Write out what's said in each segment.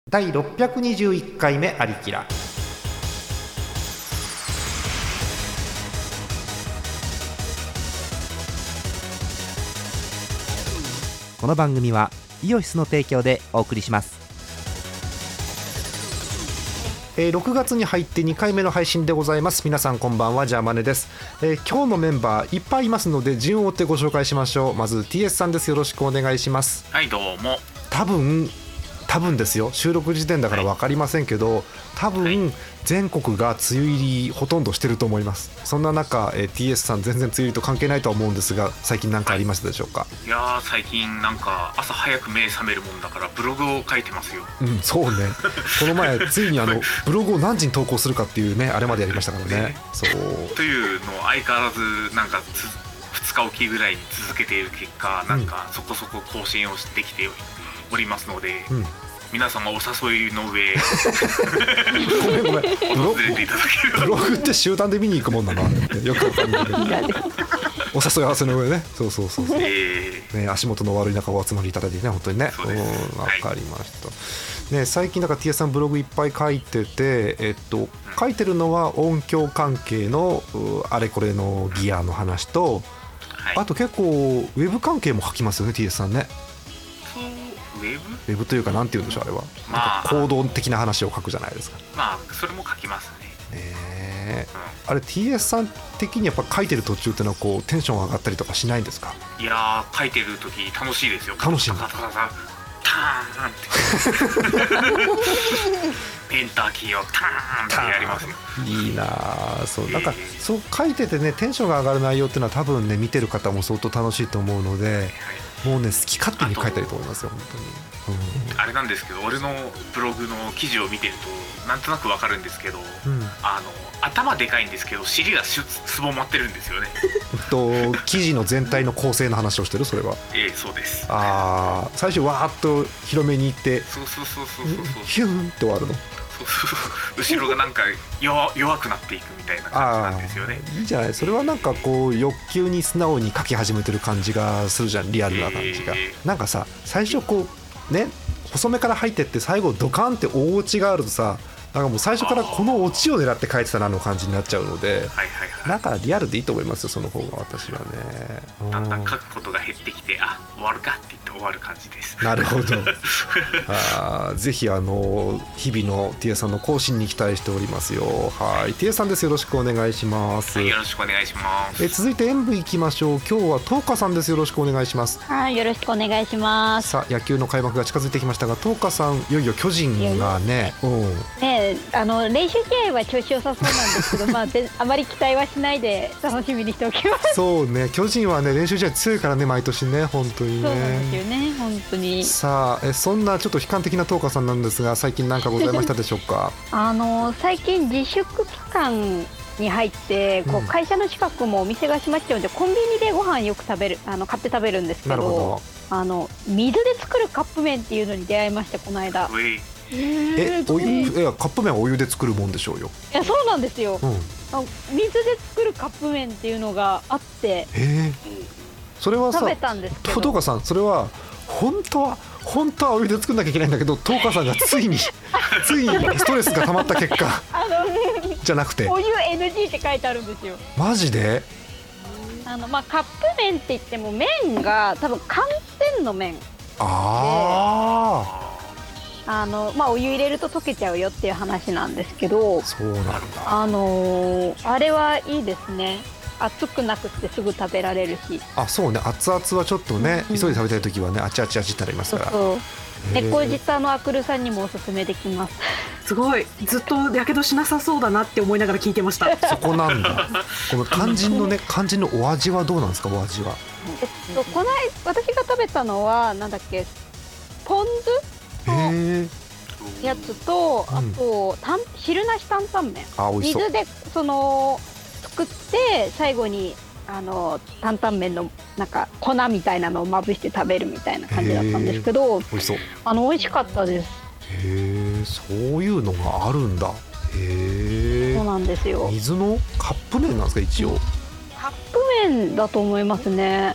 第621回目ありきら。この番組はイオシスの提供でお送りします。6月に入って2回目の配信でございます。皆さんこんばんは、ジャーマネです。今日のメンバーいっぱいいますので順を追ってご紹介しましょう。まず TS さんです。よろしくお願いします。 はい、どうも。 多分ですよ、収録時点だから分かりませんけど、多分全国が梅雨入りほとんどしてると思います。そんな中、TS さん全然梅雨入りと関係ないとは思うんですが、最近何かありましたでしょうか？ いや最近なんか朝早く目覚めるもんだからブログを書いてますよ。 そうねこの前ついにブログを何時に投稿するかっていうね、あれまでやりましたからね。そうというのを相変わらずなんか2日おきぐらいに続けている結果、なんかそこそこ更新をできておりますので、皆様お誘いの上ごめん訪れていただければ。 ブログって集団で見に行くもんなの？よくわかんないけどお誘い合わせの上ね。そう、ね、足元の悪い中お集まりいただいてね、本当にね。わかりました、ね。最近なんか TS さんブログいっぱい書いてて、書いてるのは音響関係のあれこれのギアの話と、あと結構ウェブ関係も書きますよね、 TS さんね。ウェブというか、なんて言うんでしょう、あれは、なんか行動的な話を書くじゃないですか。 それも書きますね。 あれ TS さん的にやっぱ書いてる途中ってのはこうテンション上がったりとかしないんですか？ いや書いてる時楽しいですよ。 楽しいんだ。 ターンってペンターキーをターンってやりますよ。 いいな。そうなんかそう書いててね、テンションが上がる内容っていうのは多分ね、見てる方も相当楽しいと思うので、もうね好き勝手に書いたりと思いますよ、本当に。 あれなんですけど、俺のブログの記事を見てるとなんとなくわかるんですけど、頭でかいんですけど尻がすぼまってるんですよね。 記事の全体の構成の話をしてる、それは。 そうです。 最初わーっと広めに行って、 そうヒューンって終わるの。 後ろがなんか弱くなっていくみたいな感じなんですよね。 いいじゃない。それはなんかこう欲求に素直に書き始めてる感じがするじゃん、リアルな感じが。なんかさ、最初こうね、細めから入ってって最後ドカンって大オチがあるとさ、なんかもう最初からこのオチを狙って書いてたなの感じになっちゃうので、なんかリアルでいいと思いますよ、その方が。私はね、 だんだん書くことが減ってきて、終わるかって言って終わる感じです。 なるほどぜひ日々の TS さんの更新に期待しておりますよ。はい、TS さんです。よろしくお願いします。 よろしくお願いします。 続いて演舞いきましょう。今日は東花さんです。よろしくお願いします。 はい、よろしくお願いします。 さあ、野球の開幕が近づいてきましたが、東花さんいよいよ巨人がね、 練習試合は調子良さそうなんですけどあまり期待はしないで楽しみにしておきます。 そうね、巨人はね練習試合強いからね、毎年ね、本当にね。 そうなんですよね、本当に。 さあ、そんなちょっと悲観的な東花さんなんですが、最近何かございましたでしょうか？ 最近自粛期間に入ってこう会社の近くもお店が閉まっちゃうんで、コンビニでご飯よく買って食べるんですけど、水で作るカップ麺っていうのに出会いました、この間。 カップ麺はお湯で作るもんでしょうよ。 いや、そうなんですよ、水で作るカップ麺っていうのがあって、 それはさ、 食べたんですけど、 東花さん、それは本当はお湯で作んなきゃいけないんだけど、東花さんがついにストレスが溜まった結果じゃなくて、 お湯 NG って書いてあるんですよ。 マジで？ カップ麺って言っても麺が多分寒天の麺で、お湯入れると溶けちゃうよっていう話なんですけど、 そうなんだ。 あれはいいですね。熱くなくてすぐ食べられるし。 そうね、熱々はちょっとね、急いで食べたい時はね、あちあちってなりますから。 猫舌のアクルさんにもおすすめできます。 すごい、ずっとやけどしなさそうだなって思いながら聞いてました。 そこなんだ。この肝心のお味はどうなんですか？お味は。 私が食べたのはなんだっけ、ポン酢のやつと、あと汁なし担々麺、水で作って最後に担々麺のなんか粉みたいなのをまぶして食べるみたいな感じだったんですけど、 美味しそう。 美味しかったです。 そういうのがあるんだ。 そうなんですよ。 水のカップ麺なんですか？一応カップ麺だと思いますね。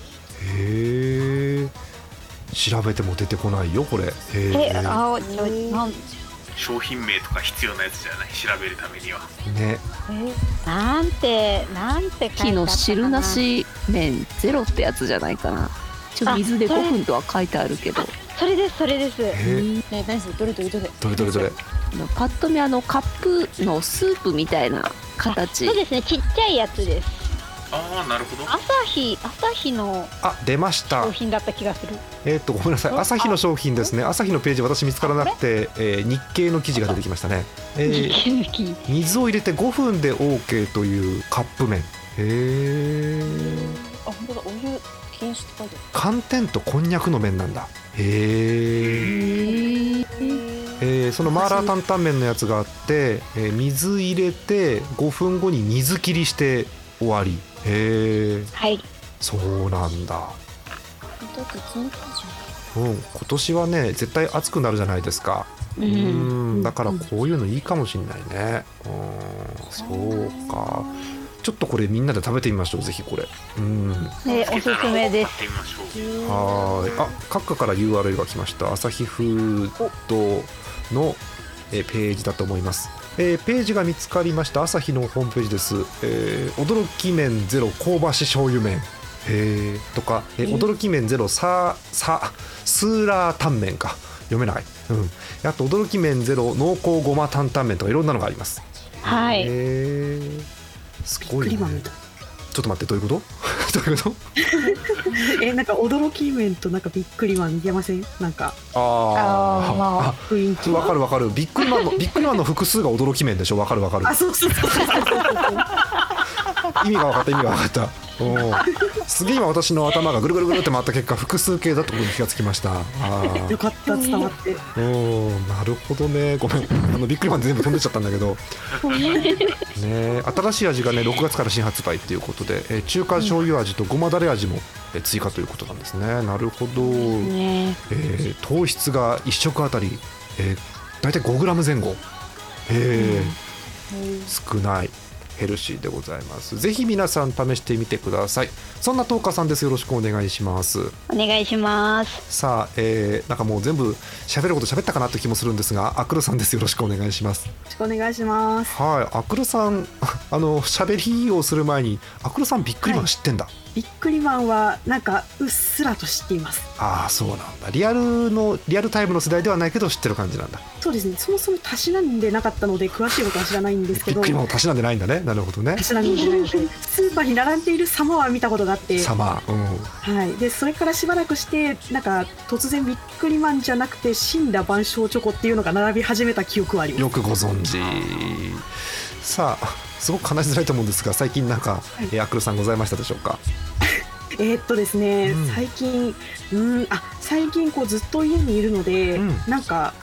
調べても出てこないよこれ。 商品名とか必要なやつじゃない、調べるためにはね。 なんて書いてあったかな。 木の汁なし麺ゼロってやつじゃないかな。水で5分とは書いてあるけど。 それです。 何それ、どれパッと見カップのスープみたいな形。 そうですね、ちっちゃいやつです。 ああ、なるほど。 朝日の出ました。 商品だった気がする。 ごめんなさい、朝日の商品ですね。朝日のページ私見つからなくて、日経の記事が出てきましたね。水を入れて5分で OK というカップ麺。 本当だ、お湯禁止って書いてある。 寒天とこんにゃくの麺なんだ。そのマーラー担々麺のやつがあって、水入れて5分後に水切りして終わり。 はい、 そうなんだ。今年はね絶対暑くなるじゃないですか。だからこういうのいいかもしれないね。そうか。ちょっとこれみんなで食べてみましょう、ぜひこれ。 おすすめです。 各家から URL が来ました。朝日フードのページだと思います。ページが見つかりました。朝日のホームページです。驚き麺ゼロ香ばし醤油麺とか、驚き麺ゼロスーラータンメンか読めない、あと驚き麺ゼロ濃厚ごま担々麺とかいろんなのがあります。 はい、 すごいね。ちょっと待って、どういうことどういうことなんか驚き麺となんかびっくりマン似てません？なんか雰囲気わかるわかる。ビックリマンの複数が驚き麺でしょ。わかるわかる。 そう意味が分かったすげえ今私の頭がぐるぐるぐるって回った結果複数形だと気がつきました。 よかった、伝わって。 なるほどね。ごめん、ビックリマン全部飛んでっちゃったんだけどね。新しい味がね6月から新発売ということで、中華醤油味とごまだれ味も追加ということなんですね。なるほど。糖質が1食あたり、だいたい 5g 前後、少ないヘルシーでございます。ぜひ皆さん試してみてください。そんなトーカさんです。よろしくお願いします。 お願いします。 さあ、なんかもう全部喋ること喋ったかなって気もするんですが、アクルさんです。よろしくお願いします。 よろしくお願いします。 はい、アクルさん喋りをする前にアクルさんビックリマン知ってんだ。 ビックリマンはなんかうっすらと知っています。 そうなんだ。リアルタイムの世代ではないけど知ってる感じなんだ。 そうですね。そもそもたしなんでなかったので詳しいことは知らないんですけど。 ビックリマンをたしなんでないんだね。なるほどね。 たしなんでないのでスーパーに並んでいる様は見たことがあって。でそれからしばらくしてなんか突然ビックリマンじゃなくて死んだ晩鐘チョコっていうのが並び始めた記憶はあります。 よくご存知。さあすごく話しづらいと思うんですが、最近なんか、アクルさんございましたでしょうか？ ですね、最近こうずっと家にいるので、なんか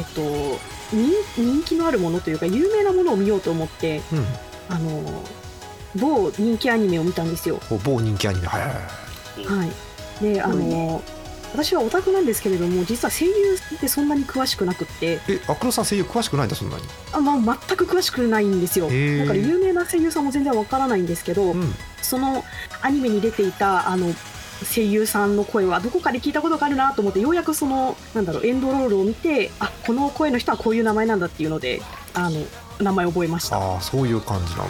人気のあるものというか有名なものを見ようと思って、某人気アニメを見たんですよ。 某人気アニメ、 で私はオタクなんですけれども、実は声優ってそんなに詳しくなくって。 アクロさん声優詳しくないんだ。そんなに全く詳しくないんですよ。だから有名な声優さんも全然わからないんですけど、そのアニメに出ていた声優さんの声はどこかで聞いたことがあるなと思って、ようやくそのエンドロールを見て、この声の人はこういう名前なんだっていうので名前を覚えました。 そういう感じなんだ。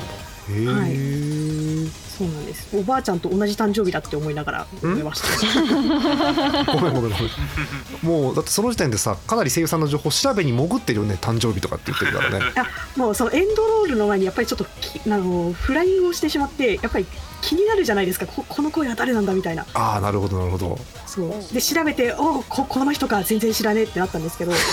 そうなんです。おばあちゃんと同じ誕生日だって思いながら覚えました。 ごめんもうだってその時点でさ、かなり声優さんの情報調べに潜ってるよね。誕生日とかって言ってるからね。 もうそのエンドロールの前にやっぱりちょっとフライングをしてしまって、やっぱり気になるじゃないですか。この声は誰なんだみたいな。 なるほどなるほど。 そうで調べてこの人か全然知らねえってなったんですけど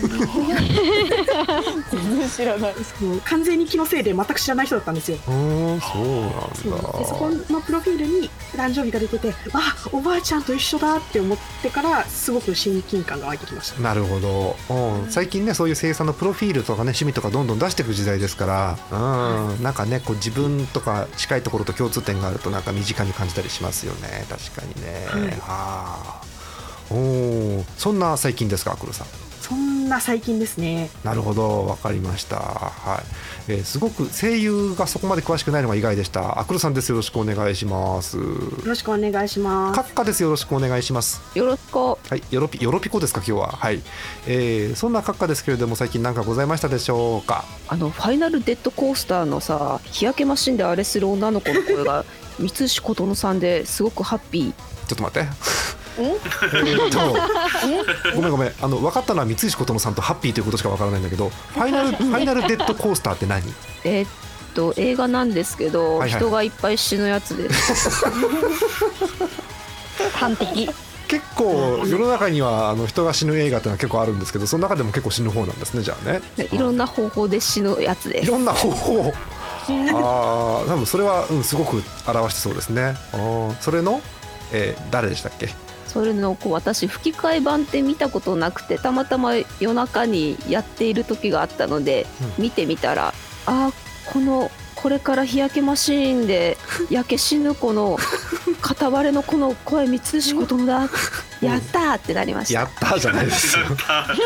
全然知らない。 完全に気のせいで全く知らない人だったんですよ。 そうなんだ。 でそこのプロフィールに誕生日が出てて、おばあちゃんと一緒だって思ってからすごく親近感が湧いてきました。 なるほど。最近ねそういう声優さんのプロフィールとかね趣味とかどんどん出していく時代ですから、なんかねこう自分とか近いところと共通点があるとなんか身近に感じたりしますよね。確かにね。そんな最近ですか、アクルさん？ そんな最近ですね。 なるほど、わかりました。すごく声優がそこまで詳しくないのが意外でした。アクルさんです。よろしくお願いします。よろしくお願いします。 カッカです。よろしくお願いします。 よろしくおはい、よろぴこですか今日は。はい、そんな閣下ですけれども最近何かございましたでしょうか。 ファイナルデッドコースターのさ日焼けマシンであれする女の子の声が三石琴乃さんですごくハッピー。 ちょっと待ってごめん分かったのは三石琴乃さんとハッピーということしか分からないんだけどファイナルデッドコースターって何？ 映画なんですけど、人がいっぱい死ぬやつです完璧。 結構世の中には人が死ぬ映画ってのは結構あるんですけど、その中でも結構死ぬ方なんですね。じゃあね、 いろんな方法で死ぬやつです。 いろんな方法多分それは、すごく表してそうですね。それの、誰でしたっけ？ それの私吹き替え版って見たことなくて、たまたま夜中にやっている時があったので、見てみたらこれから日焼けマシーンで焼け死ぬ子の片割れの子の声三石琴乃だやったーってなりました。 やったーじゃないですよ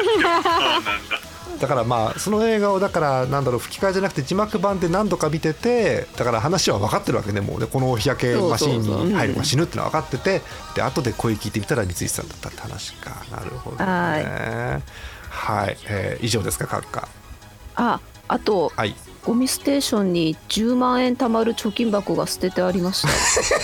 だからまあその映画をだから吹き替えじゃなくて字幕版で何度か見てて、だから話は分かってるわけね。もうねこの日焼けマシーンに入る子が死ぬってのは分かってて、で後で声聞いてみたら三石さんだったって話か。なるほどね。はい、以上ですか閣下。 あと、はい、ゴミステーションに10万円貯まる貯金箱が捨ててありました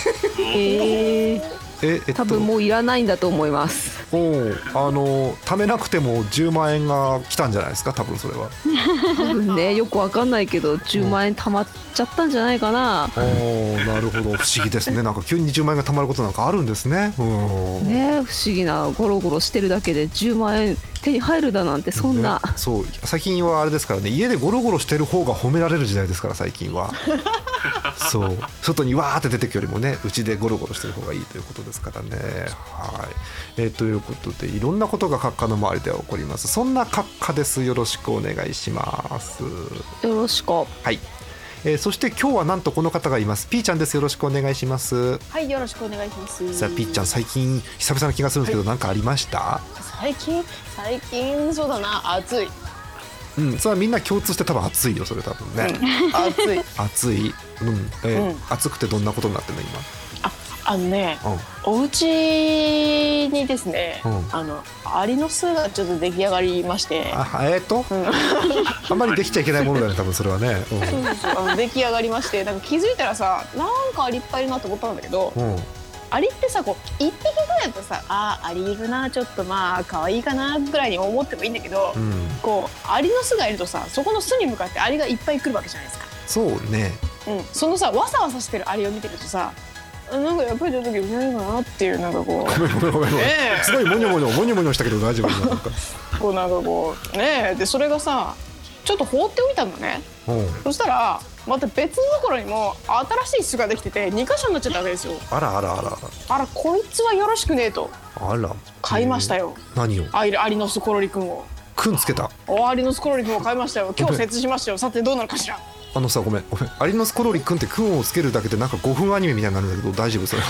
多分もういらないんだと思います。 貯めなくても10万円が来たんじゃないですか多分それは。 多分ね、よくわかんないけど10万円貯まっちゃったんじゃないかな。 なるほど、不思議ですね。なんか急に10万円が貯まることなんかあるんですね。 ね、不思議な、ゴロゴロしてるだけで10万円手に入るだなんて、そんな、 そう最近はあれですからね、家でゴロゴロしてる方が褒められる時代ですから最近はそう外にわーって出てくよりもね、うちでゴロゴロしてる方がいいということですからね。はい、ということでいろんなことが閣下の周りでは起こります。そんな閣下です。よろしくお願いします。 よろしく。 はい、そして今日はなんとこの方がいます。ピーちゃんです。よろしくお願いします。 はい、よろしくお願いします。 さあピーちゃん、最近久々な気がするんですけど、何かありました？ 最近そうだな、暑い。 それはみんな共通して多分暑いよ、それ多分ね。暑い。暑くてどんなことになってるの今？ お家にですね、アリの巣がちょっと出来上がりまして、 あんまりできちゃいけないものだね多分それはね。 そう出来上がりまして、なんか気づいたらさ、なんかアリいっぱいいるなと思ったんだけど、アリってさ、こう1匹ぐらいだとさ、アリいるな、ちょっとまあ可愛いかなぐらいに思ってもいいんだけど、こうアリの巣がいるとさ、そこの巣に向かってアリがいっぱい来るわけじゃないですか。 そうね。 そのさ、わさわさしてるアリを見てるとさ、なんかやっぱりちょっと危ないなっていう、なんかこうごめんすごいモニョモニョしたけど大丈夫？なんかこうなんかこうね、でそれがさ、ちょっと放っておいたんだね。そしたらまた別のところにも新しい巣ができてて2箇所になっちゃったわけですよ。 あらこいつはよろしくねえと買いましたよ。 何を？ アリの巣コロリ君を。 くんつけた。 アリの巣コロリ君を買いましたよ。今日設置しましたよ。さてどうなるかしら。 ごめんアリのスコロリ君ってくんをつけるだけでなんか5分アニメみたいになるんだけど大丈夫それ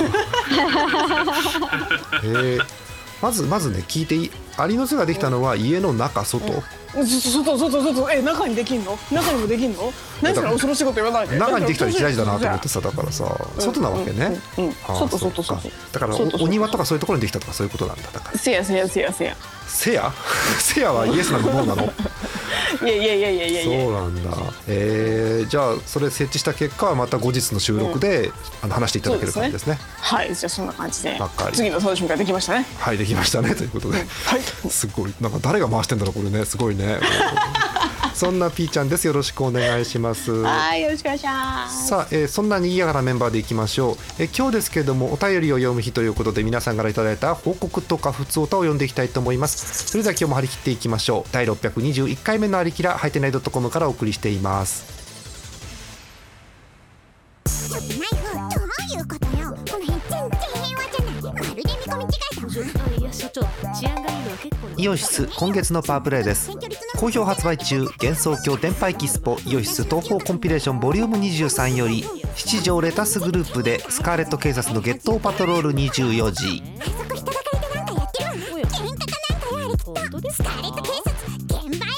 はまずね聞いていい？アリの巣ができたのは家の中外？ 外中にできんの？中にもできんの？何それ恐ろしいこと言わないで。 中にできたら嫌いだなと思ってさ、だからさ外なわけね。 外だからお庭とかそういうところにできたとかそういうことなんだ。だからせやせやはイエスなのノーなの？ いやそうなんだ。じゃあそれ設置した結果はまた後日の収録で話していただける感じですね。 はい、じゃあそんな感じで次の楽しみができましたね。 はい、できましたねということで、すごいなんか誰が回してんだろうこれね、すごいねそんなピーちゃんです。よろしくお願いします。 はい、よろしくお願いします。 さあ、そんなにぎやかなメンバーでいきましょう。今日ですけれどもお便りを読む日ということで、皆さんからいただいた報告とか普通歌を読んでいきたいと思います。それでは今日も張り切っていきましょう。第621回目のありきらはいてない .com からお送りしています。ちょっとナイフどういうことよ。この辺全然平和じゃない。まるで見込み違いだ。いや所長、治安がいいのは結構イオシス今月のパワープレイです。好評発売中、幻想郷電波キスポイオシス東宝コンピレーションボリューム23より七条レタスグループでスカーレット警察のゲットーパトロール24時。スカーレット警察現場へ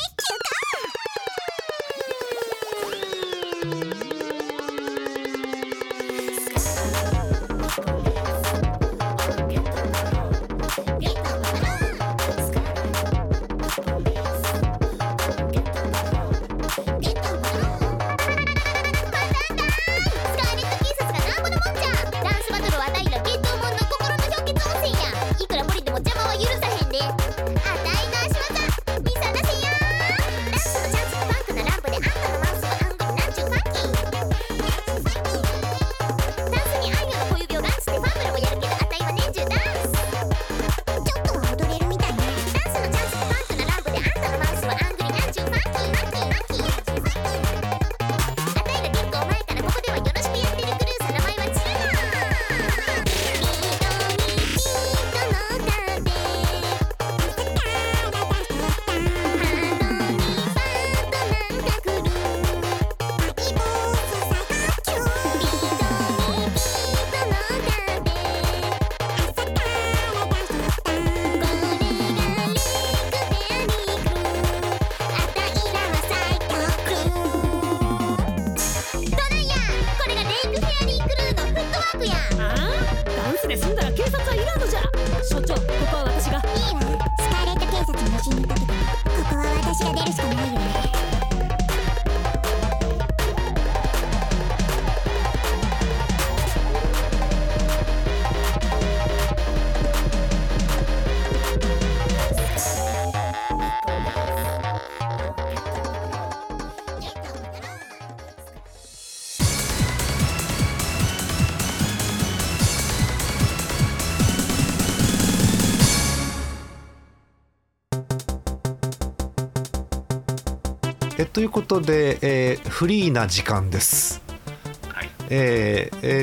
急行。 私が出るしかないよね。 ということで、フリーな時間です。はい。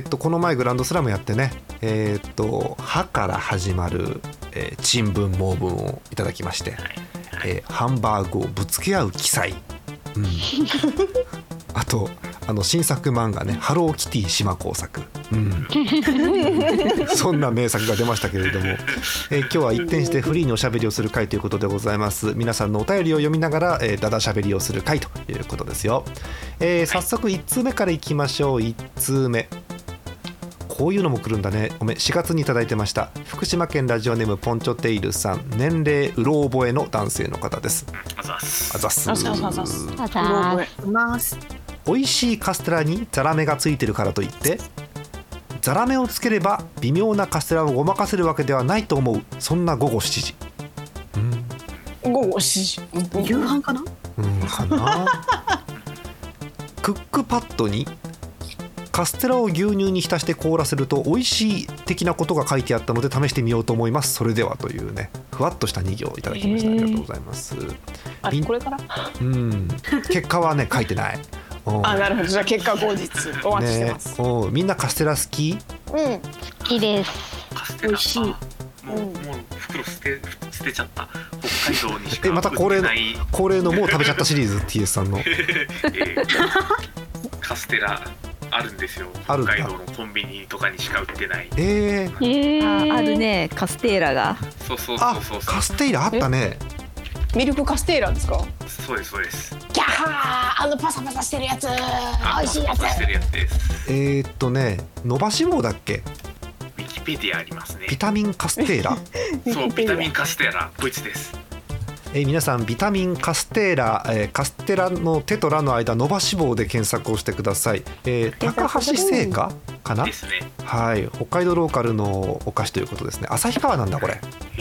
この前グランドスラムやってね、歯から始まる、珍文盲文をいただきまして、ハンバーグをぶつけ合う記載、うん、あと新作漫画ね、ハローキティ島工作、うん、そんな名作が出ましたけれども、今日は一転してフリーにおしゃべりをする回ということでございます。皆さんのお便りを読みながら、だだしゃべりをする回ということですよ。早速1通目からいきましょう。1通目、こういうのも来るんだね。4月にいただいてました。福島県ラジオネームポンチョテイルさん、年齢うろ覚えの男性の方です。あざっす。あざっす。美味しいカステラにザラメがついてるからといってザラメをつければ微妙なカステラをごまかせるわけではないと思う。そんな午後7時、 午後7時、夕飯かな、 かなクックパッドにカステラを牛乳に浸して凍らせると美味しい的なことが書いてあったので試してみようと思います。それではというね、ふわっとした2行いただきました。ありがとうございます。 あれこれから結果はね書いてない。 あ、なるほど。じゃあ結果後日お待ちしてます。 みんなカステラ好き？ 好きです。 美味しい。もう袋捨てちゃった。北海道にしかまた恒例のもう食べちゃったシリーズTS さんのカステラあるんですよ。北海道のコンビニとかにしか売ってない。 あるね、カステーラが。 そう。 カステーラあったね。 ミルクカステーラですか？ そうです。 ギャハー、パサパサしてるやつ、美味しいやつ。 パサパサしてるやつです。 伸ばし棒だっけ？ ウィキペディアありますね。 ビタミンカステーラそう、ビタミンカステーラ、こいつです。 皆さんビタミンカステーラ、カステラの手とラの間伸ばし棒で検索をしてください。高橋製菓かなですね。 はい、北海道ローカルのお菓子ということですね。旭川なんだこれ。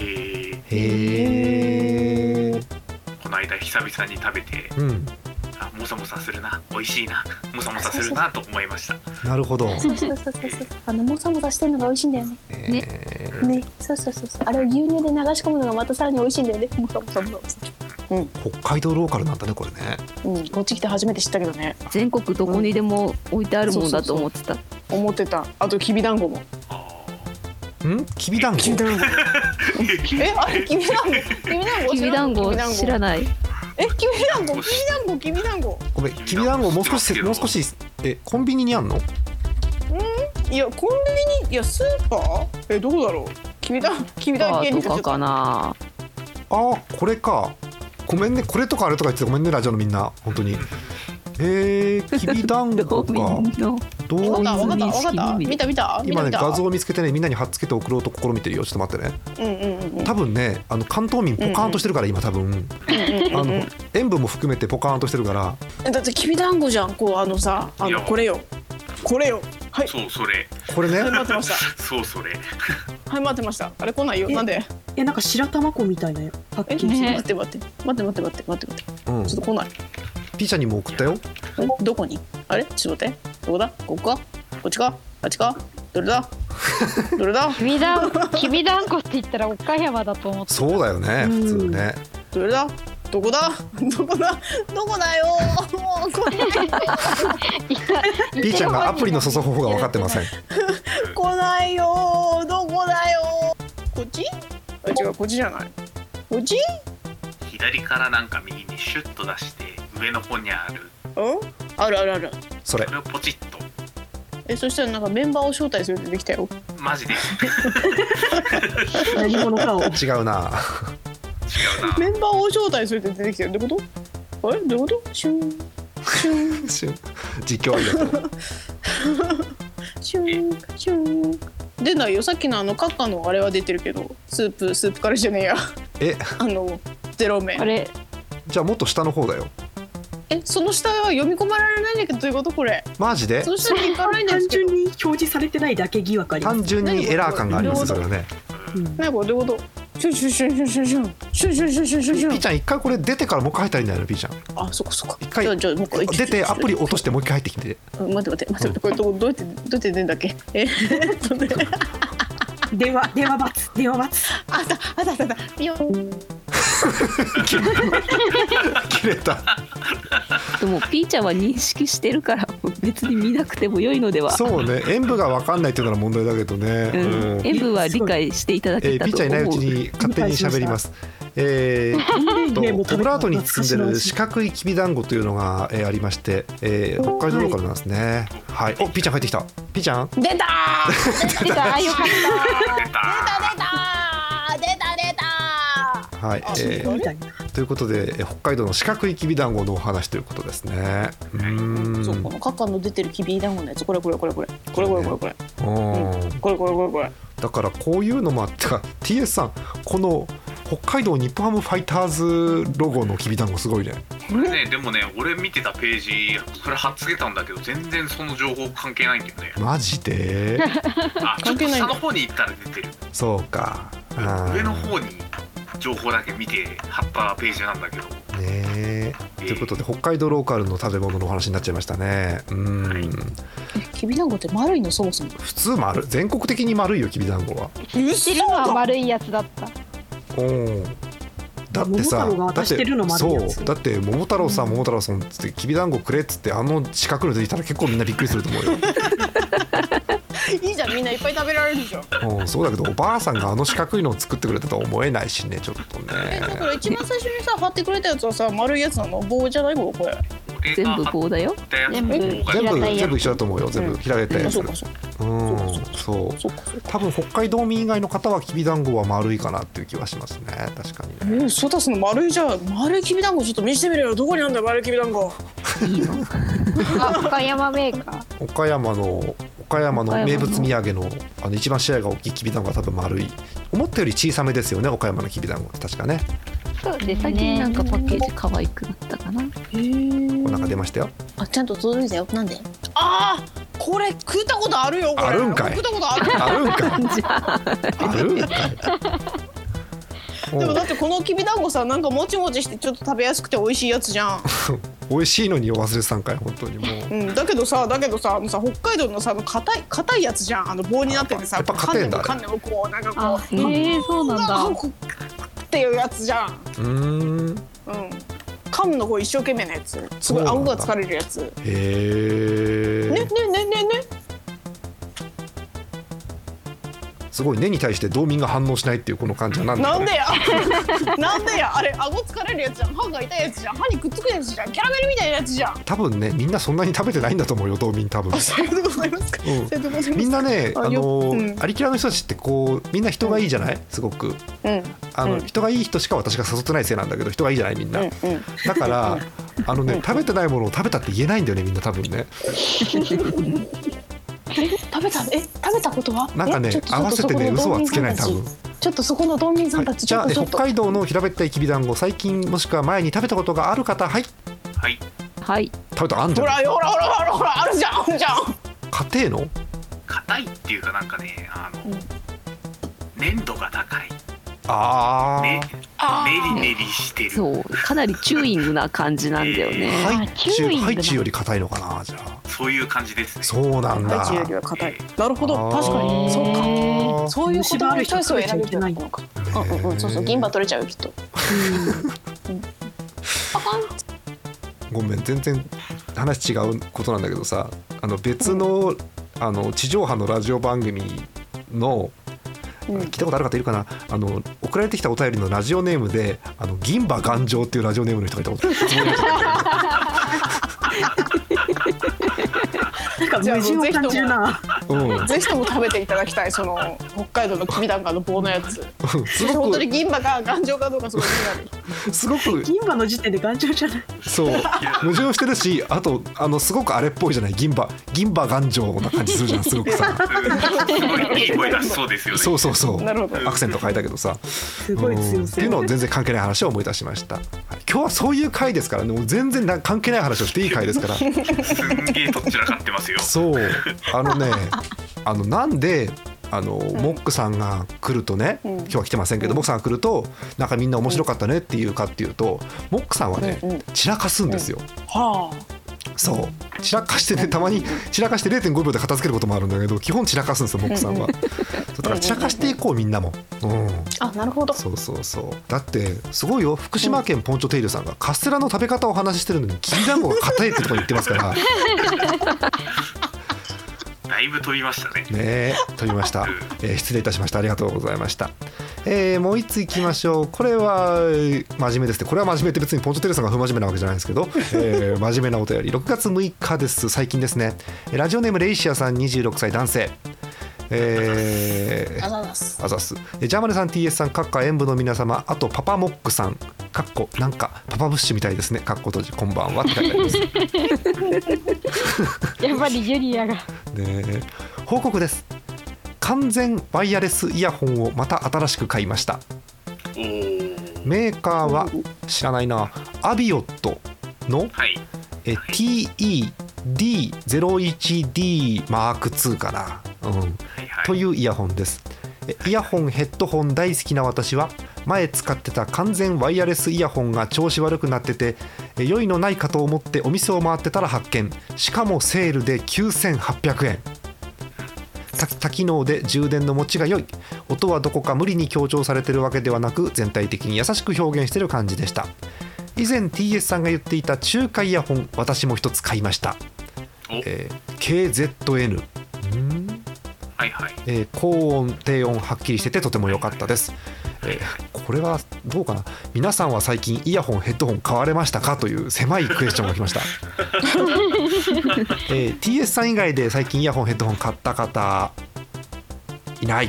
この間久々に食べて、もさもさするな、美味しいな、もさもさするなと思いました。 なるほど。 そうもさもさしてるのが美味しいんだよね。ね、そう。あれを牛乳で流し込むのがまたさらに美味しいんだよね。もさもさ。 北海道ローカルなんだねこれね。 こっち来て初めて知ったけどね。 全国どこにでも置いてあるもんだと思ってた。 思ってた。あときびだんごも。 きびだんご。 あれきびだんご。 きびだんご知らない。 きびだんご。 ごめん、きびだんごもう少しコンビニにあんの？ いやコンビニ、いやスーパー？どこだろう。きびだんとかかな。 これか。ごめんね、これとかあれとか言ってごめんねラジオのみんな本当に。きびだんごか。 わかった見た今ね画像を見つけてねみんなに貼っつけて送ろうと試みてるよ。ちょっと待ってね。多分ね関東民ポカーンとしてるから今多分塩分も含めてポカーンとしてるから。 だってきびだんごじゃん。これよはい。 そうそれ。 これね。 はい待ってました。 そうそれ。 はい待ってました。あれ来ないよ。なんで？ なんか白玉粉みたいなよ。パッケージ。 待って。ちょっと来ない。 ピーちゃんにも送ったよ。 どこに？あれ？ちょっと待って。どこだ？ここか？こっちか？あっちか？どれだ？ きびだんごって言ったら岡山だと思って。 そうだよね普通ね。 どれだ？どこだよ。 ピーちゃんがアプリの操作方法が分かってません。 来ないよ。どこだよ。こっち？違う、こっちじゃない。こっち？ 左からなんか右にシュッと出して上の方にある。 ある。 それをポチッと。 そしたらなんかメンバーを招待するってできたよ。 マジで？ 何者かを。 違うな。 メンバーを招待するって出てきたよ。どういうこと？どういうこと？シュン実況ありがとう。 シュン出ないよ。さっきのカッカのあれは出てるけどスープからじゃねえや。0麺。 あれじゃあもっと下の方だよ。 その下は読み込まれないんだけど、どういうことこれ。 マジで？ その下に行かないんですけど。 単純に表示されてないだけ疑惑あります。 単純にエラー感がありますそれはね。 何これどういうこと？シュンシュンシュンシュンシュンシュンシュンシュンシュンシュンシュンシュン。 ピーちゃん一回これ出てからもう一回入ったらいいんだよね、ピーちゃん。 あ、そっかそっか。 一回じゃあもう一回出てアプリ落としてもう一回入ってきて。 待ってこれどうやって出んだっけ？ 電話罰。 あったピヨン。 切れた。 でもピーちゃんは認識してるから別に見なくても良いのでは。 そうね、演舞が分かんないっていうのは問題だけどね、 演舞は理解していただけたと思う。 ピーちゃんいないうちに勝手に喋ります。オブラートに包んでる四角いきびだんごというのが、ありまして、北海道ローカルなんですね。はい。お、ピーちゃん帰ってきた。ピーちゃん。 出た。 出た。よかった。 出た。 はい、ということで北海道の四角いきびだんごのお話ということですね。 そう、このカカの出てるきびだんごのやつ、これ。だからこういうのもあって TS さん、この北海道日本ハムファイターズロゴのきびだんごすごいね。 これね、でもね、俺見てたページそれ貼っつけたんだけど全然その情報関係ないんだよね。 マジで？ あ、ちょっと下の方に行ったら出てる。 そうか。 上の方に情報だけ見て貼ったページなんだけどね。ということで北海道ローカルの食べ物のお話になっちゃいましたね。 きびだんごって丸いの？そもそも普通丸、全国的に丸いよきびだんごは。 知ってるのは丸いやつだった。 だってさ、 だって桃太郎さんっつってきびだんごくれっつって四角の出てきたら結構みんなびっくりすると思うよ。 いいじゃん、みんないっぱい食べられるでしょ。 そうだけどおばあさんが四角いのを作ってくれたとは思えないしね、ちょっとね。 だから一番最初にさ貼ってくれたやつはさ、丸いやつなの？棒じゃないこれ。 全部棒だよ。 全部一緒だと思うよ。全部平べったいやつ。そう多分北海道民以外の方はきびだんごは丸いかなっていう気はしますね。確かにね。 ソタスの丸いじゃん。丸いきびだんごちょっと見せてみろよ。どこにあるんだよ丸いきびだんご。 いいの？ 岡山メーカー。 岡山の名物土産の一番シェアが大きいきびだんごは多分丸い。思ったより小さめですよね、岡山のきびだんごって確かね。 そうですね。 最近なんかパッケージ可愛くなったかな。 こんなんか出ましたよ。 あ、ちゃんと届いたよ。なんで？ああ、これ食ったことあるよ。これあるんかい。 食ったことある。 あるんかい。あるんかい。 でもだってこのきびだんごさ、なんかもちもちしてちょっと食べやすくて美味しいやつじゃん。 美味しいのに忘れてたんかい本当にもう。 だけどさ北海道のさ硬いやつじゃん。棒になっててさ、 やっぱ硬いんだ。 噛んでもこうなんかこう。 そうなんだ。 っていうやつじゃん。噛むのこう一生懸命なやつ。すごい顎が疲れるやつ。ね。 すごい根に対して道民が反応しないっていうこの感じはなんでやなんでやあれ顎疲れるやつじゃん。歯が痛いやつじゃん。歯にくっつくやつじゃん。キャラメルみたいなやつじゃん。 多分ね、みんなそんなに食べてないんだと思うよ、道民多分。 そうでございますか。 みんなね、アリキュラの人たちってこうみんな人がいいじゃない、すごく。人がいい人しか私が誘ってないせいなんだけど、人がいいじゃないみんな。だから食べてないものを食べたって言えないんだよね、みんな多分ね。 食べたことはなんかね、合わせてね、嘘はつけない多分。 ちょっとそこの道民さんたち、 じゃあ北海道の平べったいきびだんご、最近もしくは前に食べたことがある方、はい食べたあんじゃん。 ほらあるじゃん。 硬いの？ 硬いっていうかなんかね、粘度が高い。 ねりねりしてる。 そう、かなりチューイングな感じなんだよね。 ハイチュウより硬いのかな、じゃあ。 そういう感じですね。 そうなんだ。 ハイチュウよりは硬い。なるほど、確かに。そうか。そういうことのチョイスを選べてないのか。そう銀歯取れちゃうよきっと。 ごめん、全然話違うことなんだけどさ、別の地上波のラジオ番組の聞いたことある方いるかな、送られてきたお便りのラジオネームで銀歯頑丈っていうラジオネームの人がいたことなんか矛盾を感じるな。 ぜひとも食べていただきたい、その北海道のきびだんごの棒のやつ。本当に銀歯が頑丈かどうかすごい気になる。 すごく銀歯の時点で頑丈じゃない。 そう矛盾してるし、あとすごくあれっぽいじゃない、銀歯頑丈な感じするじゃん、すごくさすごいいい声出しそうですよね。 そうそうそう、 なるほど。 アクセント変えたけどさ、 すごい強そうっていうのを全然関係ない話を思い出しました。今日はそういう回ですからね、もう全然関係ない話をしていい回ですからすんげえとっちらかってますよ。 そうなんでモックさんが来るとね、今日は来てませんけど、モックさんが来るとなんかみんな面白かったねっていうかっていうと、モックさんはね、散らかすんですよ。 はあ。 そう散らかしてね、たまに散らかして 0.5 秒で片付けることもあるんだけど、基本散らかすんですよモックさんは。だから散らかしていこうみんなも。 あ、なるほど。 そうだってすごいよ、福島県ポンチョテイルさんがカステラの食べ方をお話ししてるのにきびだんごが硬いってところに言ってますからだいぶ飛びましたね。 飛びました、失礼いたしました。ありがとうございました。もう一ついきましょう。これは真面目ですね。これは真面目って別にポンチョテレさんが不真面目なわけじゃないんですけど、真面目なお便り、6月6日です。最近ですね。ラジオネームレイシアさん、26歳男性。 あざす。 ジャーマネさん、 TS さん、カッカ演舞の皆様、あとパパモックさん、カッコなんかパパブッシュみたいですね、カッコ閉じ、こんばんはって書いてありますやっぱりジュリアが報告です。完全ワイヤレスイヤホンをまた新しく買いました。メーカーは知らないな、アビオットの、TED01D Mark II かな、というイヤホンです。イヤホンヘッドホン大好きな私は前使ってた完全ワイヤレスイヤホンが調子悪くなってて、良いのないかと思ってお店を回ってたら発見。しかもセールで9800円。多機能で充電の持ちが良い。音はどこか無理に強調されてるわけではなく、全体的に優しく表現してる感じでした。以前 TS さんが言っていた中華イヤホン、私も一つ買いました。KZN、高音低音はっきりしててとても良かったです。これはどうかな、皆さんは最近イヤホンヘッドホン買われましたかという狭いクエスチョンが来ました。TS さん以外で最近イヤホンヘッドホン買った方いない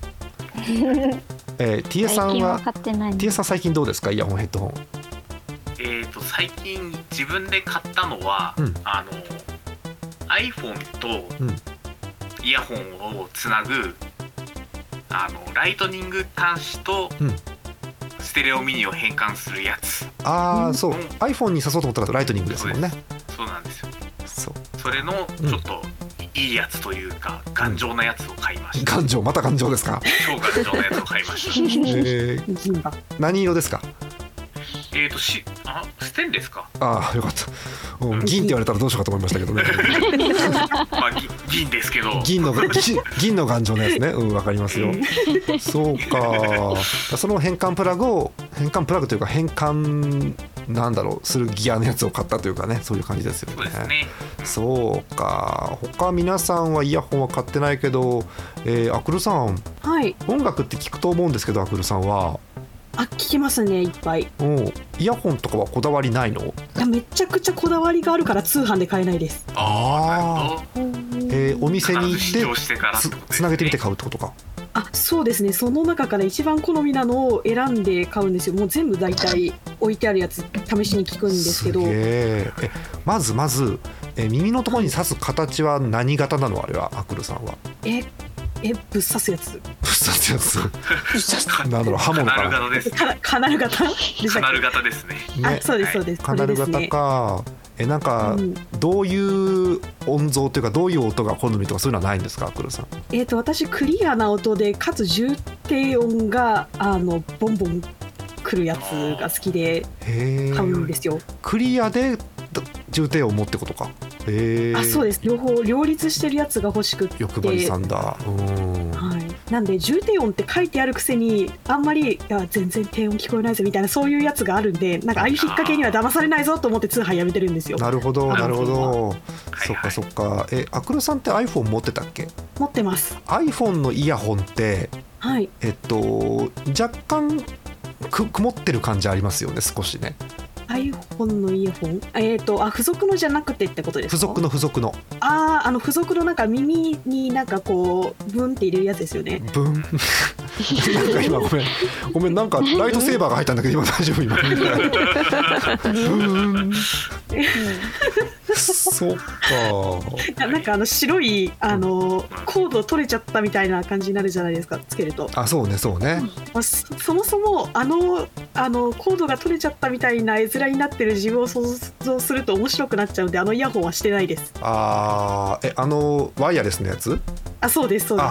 。TS さんは TS さん最近どうですか、イヤホンヘッドホン。 最近自分で買ったのは、iPhone とイヤホンをつなぐライトニング端子とステレオミニを変換するやつ。 そう、iPhone に挿そうと思ったらライトニングですもんね。 そうなんですよ。それのちょっといいやつというか、頑丈なやつを買いました。 頑丈、また頑丈ですか。 超頑丈なやつを買いました。何色ですか。 ステンレスか。 よかった。銀って言われたらどうしようかと思いましたけどね。 銀ですけど。 銀の頑丈なやつね。わかりますよ。そうか。その変換プラグというか変換するギアのやつを買ったというかね、そういう感じですよね。 そうですね。 そうか。他皆さんはイヤホンは買ってないけど、アクルさん、音楽って聞くと思うんですけど、アクルさんは。 聞きますね、いっぱい。 イヤホンとかはこだわりないの？いや、めちゃくちゃこだわりがあるから通販で買えないです。 お店に行ってつなげてみて買うってことか。 そうですね。その中から一番好みなのを選んで買うんですよ。もう全部大体置いてあるやつ試しに聞くんですけど。 まず耳のところに刺す形は何型なの、あれは。アクルさんはぶっ刺すやつ。 ぶっ刺すやつ。なんだろう、刃物かな。 カナル型。 カナル型ですね。 そうですそうです。 カナル型か。なんかどういう音像というか、どういう音が好みとかそういうのはないんですか、アクルさん。 私クリアな音でかつ重低音がボンボンくるやつが好きで買うんですよ。 クリアで重低音持ってことか。 そうです。両方両立してるやつが欲しくって。 欲張りさんだ。 なんで重低音って書いてあるくせにあんまり全然低音聞こえないぞみたいな、そういうやつがあるんで、なんかああいう引っ掛けには騙されないぞと思って通販やめてるんですよ。 なるほどなるほど。そっかそっか。アクロさんって iPhone 持ってたっけ？ 持ってます。 iPhone のイヤホンって、若干曇ってる感じありますよね、少しね。 iPhone のイヤホン、付属のじゃなくてってことですか？ 付属の付属のなんか耳になんかこうブンって入れるやつですよね。 ブンなんか今ごめんなんかライトセーバーが入ったんだけど今大丈夫今そっか。 なんか白いコード取れちゃったみたいな感じになるじゃないですか、つけると。 あ、そうねそうね。 そもそもコードが取れちゃったみたいな絵面になってる自分を想像すると面白くなっちゃうんで、イヤホンはしてないです。 ワイヤレスのやつ？ あ、そうですそうです。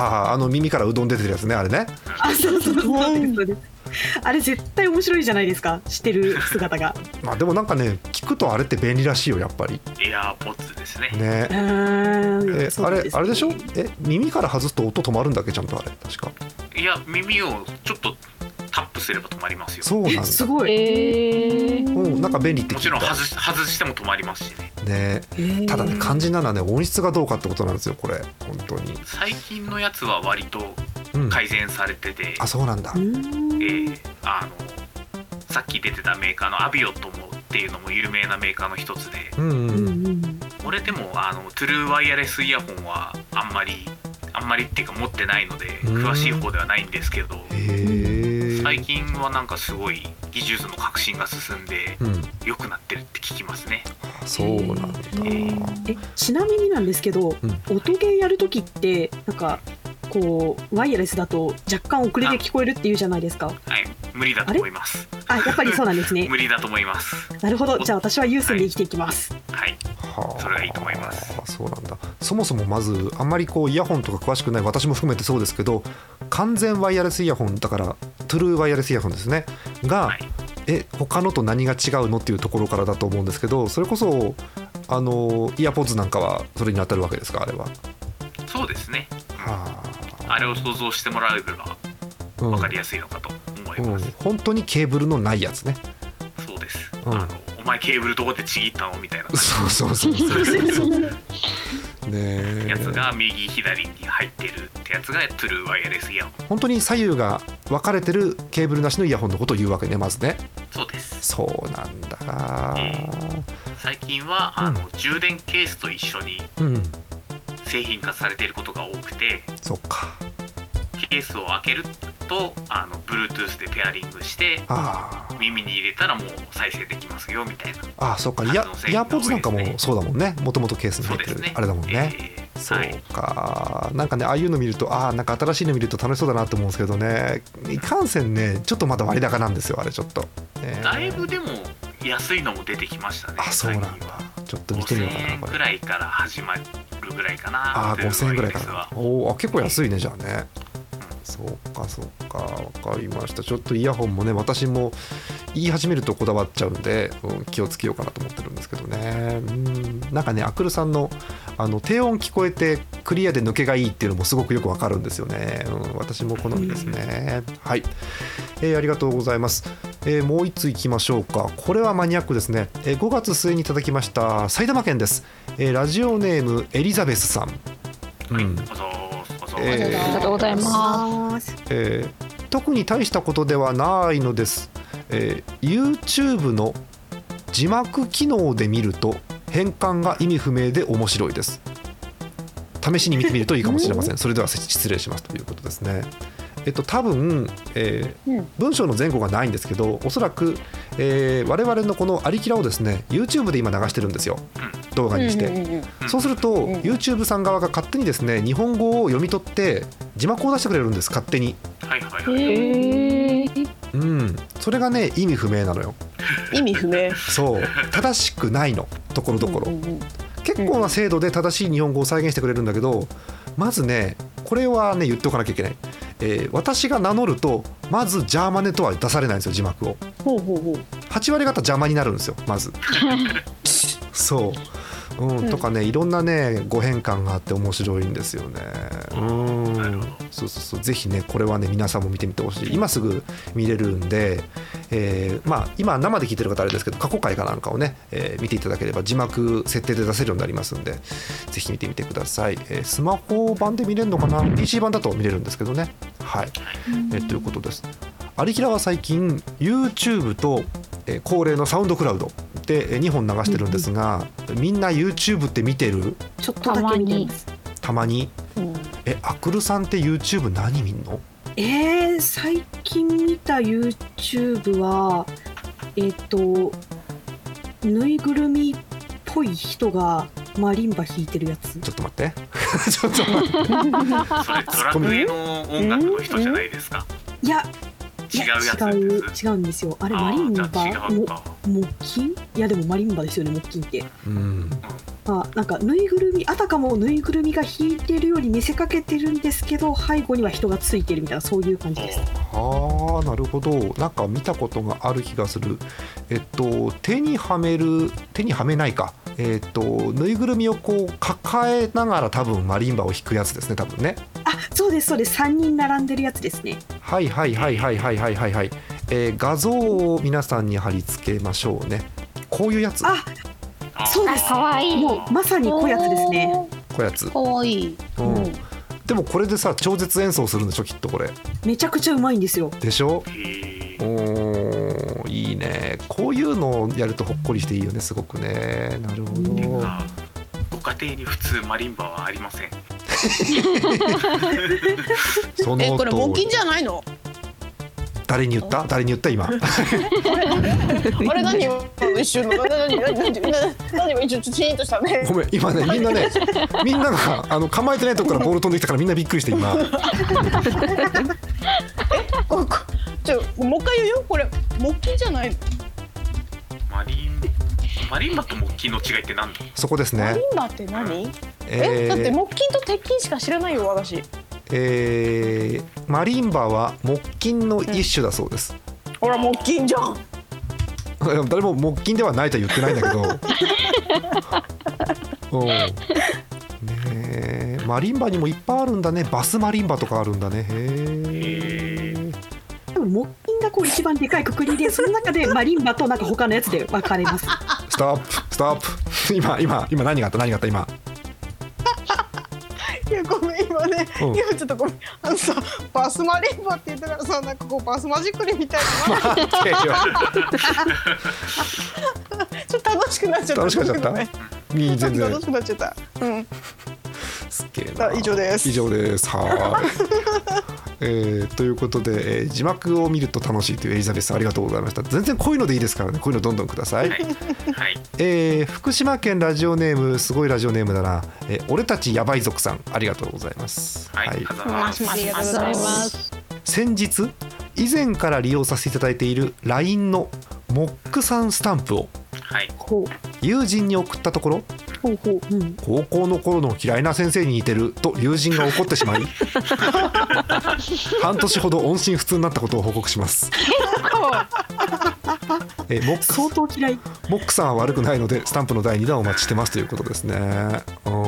耳からうどん出てるやつね、あれね。 あ、そうです。あれ絶対面白いじゃないですか、してる姿が。 まあでもなんかね、聞くとあれって便利らしいよやっぱり。 エアーポッツですね。 ね。あれでしょ？耳から外すと音止まるんだっけ、ちゃんとあれ確か。 いや、耳をちょっとタップすれば止まりますよ。 そうなんだ。 すごい。 なんか便利って聞いた。 もちろん外しても止まりますしね。ね。ただね、肝心なのはね、音質がどうかってことなんですよこれ本当に。 最近のやつは割と改善されてて、 あ、そうなんだ。 さっき出てたメーカーのアビオットもっていうのも有名なメーカーの一つで、俺でもトゥルーワイヤレスイヤホンはあんまりっていうか持ってないので詳しい方ではないんですけど、最近はなんかすごい技術の革新が進んで良くなってるって聞きますね。 そうなんだ。 ちなみになんですけど、音ゲーやるときってなんかこうワイヤレスだと若干遅れて聞こえるっていうじゃないですか。 はい、無理だと思います。 やっぱりそうなんですね。 無理だと思います。 なるほど。じゃあ私は有線で生きていきます。 はい、それがいいと思います。 そうなんだ。そもそもまずあんまりイヤホンとか詳しくない私も含めてそうですけど、完全ワイヤレスイヤホンだからトゥルーワイヤレスイヤホンですねが、他のと何が違うのっていうところからだと思うんですけど、それこそイヤポッズなんかはそれに当たるわけですか、あれは。 そうですね。あれを想像してもらえれば分かりやすいのかと思います。 本当にケーブルのないやつね。 そうです。お前ケーブルどこでちぎったのみたいな。 そうね、 やつが右左に入ってるってやつがトゥルーワイヤレスイヤホン。 本当に左右が分かれてるケーブルなしのイヤホンのことを言うわけね、まずね。 そうです。 そうなんだ。 最近は充電ケースと一緒に製品化されていることが多くて、 そっか。 ケースを開けるとBluetooth でペアリングして耳に入れたらもう再生できますよみたいな。 そっか。イヤポッズなんかもそうだもんね。もともとケースに入ってる、あれだもんね。そうか。なんかね、ああいうの見るとなんか新しいの見ると楽しそうだなと思うんですけどね、いかんせんねちょっるまだ割高なんですよあれちょっと。 だいぶでも安いのも出てきましたね。 そうなんだ。ちょっと見てみようかな。 5000円ぐらいから始まるぐらいかな。 5000円ぐらいかな。結構安いねじゃあね。そうか分かりました。ちょっとイヤホンもね、私も言い始めるとこだわっちゃうんで、気をつけようかなと思ってるんですけどね。なんかね、アクルさんの低音聞こえてクリアで抜けがいいっていうのもすごくよくわかるんですよね。私も好みですね。はい、ありがとうございます。もう1ついきましょうか。これはマニアックですね。5月末にいただきました埼玉県です。ラジオネームエリザベスさん。 ありがとうございます。 特に大したことではないのです。YouTube の字幕機能で見ると変換が意味不明で面白いです。試しに見てみるといいかもしれません。それでは失礼しますということですね。多分、文章の前後がないんですけど、おそらく、我々のこのアリキラをですね YouTube で今流してるんですよ、動画にして。そうすると YouTube さん側が勝手にですね日本語を読み取って字幕を出してくれるんです、勝手に。それがね意味不明なのよ。 意味不明。 そう、正しくないの、ところどころ。結構な精度で正しい日本語を再現してくれるんだけど、まずねこれはね言っておかなきゃいけない。私が名乗るとまずジャーマネとは出されないんですよ、字幕を。8割方邪魔になるんですよまずそう、とかね、いろんなねご変換があって面白いんですよね。そうぜひねこれはね皆さんも見てみてほしい。今すぐ見れるんで、今生で聞いてる方あれですけど過去回かなんかをね、見ていただければ字幕設定で出せるようになりますんで、ぜひ見てみてください。スマホ版で見れるのかな、 PC 版だと見れるんですけどね。はい、ということです。アリキラは最近 YouTube と、恒例のサウンドクラウドで2本流してるんですが、みんな YouTube って見てる？ ちょっとだけ見てます。 たまに。アクルさんって YouTube 何見んの？ 最近見た YouTube はぬいぐるみっぽい人がマリンバ弾いてるやつ。 ちょっと待ってちょっと待ってそれドラクエの音楽の人じゃないですか。 いや違うやつ違うんですよ。あれマリンバ木琴？いやでもマリンバですよね、木琴って。なんかぬいぐるみ、あたかもぬいぐるみが弾いてるように見せかけてるんですけど、背後には人がついてるみたいな、そういう感じです。 ああ、なるほど。なんか見たことがある気がする。手にはめないか。ぬいぐるみをこう抱えながら多分マリンバを弾くやつですね、多分ね。 あ、そうですそうです。3人並んでるやつですね。 はいはいはいはいはいはいはいはい。画像を皆さんに貼り付けましょうね。こういうやつ。 あ、そうです。かわいい。もうまさにこやつですね。 こやつ。 かわいい。 でもこれでさ、超絶演奏するんでしょ、きっとこれ。 めちゃくちゃうまいんですよ。 でしょ。いいね。こういうのをやるとほっこりしていいよね、すごくね。なるほど。 ご家庭に普通マリンバはありません。 これ木琴じゃないの？ 誰に言った？誰に言った今？あれ何よ？一瞬の何一瞬チーンとしたね。 ごめん、今ね、みんなが構えてないとこからボール飛んできたからみんなびっくりして今。 もう一回言うよ。これ木琴じゃないの？ マリンバと木琴の違いって何だ？ そこですね。 マリンバって何？だって木琴と鉄琴しか知らないよ私。 マリンバは木琴の一種だそうです。 ほら木琴じゃん。 誰も木琴ではないとは言ってないんだけど。ね、マリンバにもいっぱいあるんだね。バスマリンバとかあるんだね。 でも木琴がこう一番でかいくくりで、その中でマリンバとなんか他のやつで分かれます。 ストップ。今何があった今。 いやごめん今ね、今ちょっとごめん、さバスマリンバって言ったからさ、なんかこうバスマジックリみたいな。ちょっと楽しくなっちゃった。 楽しくなっちゃった。全然楽しくなっちゃった。 すげえな。 以上です。 はい。ということで、字幕を見ると楽しいというエリザベス、ありがとうございました。全然こういうのでいいですからね。こういうのどんどんください。福島県ラジオネーム、すごいラジオネームだな。俺たちやばい族さん、ありがとうございます。 はい、ありがとうございます。 先日以前から利用させていただいている LINE のモックさんスタンプを友人に送ったところ、高校の頃の嫌いな先生に似てると友人が怒ってしまい半年ほど音信不通になったことを報告します。 相当嫌い。 モックさんは悪くないのでスタンプの第2弾をお待ちしてますということですね。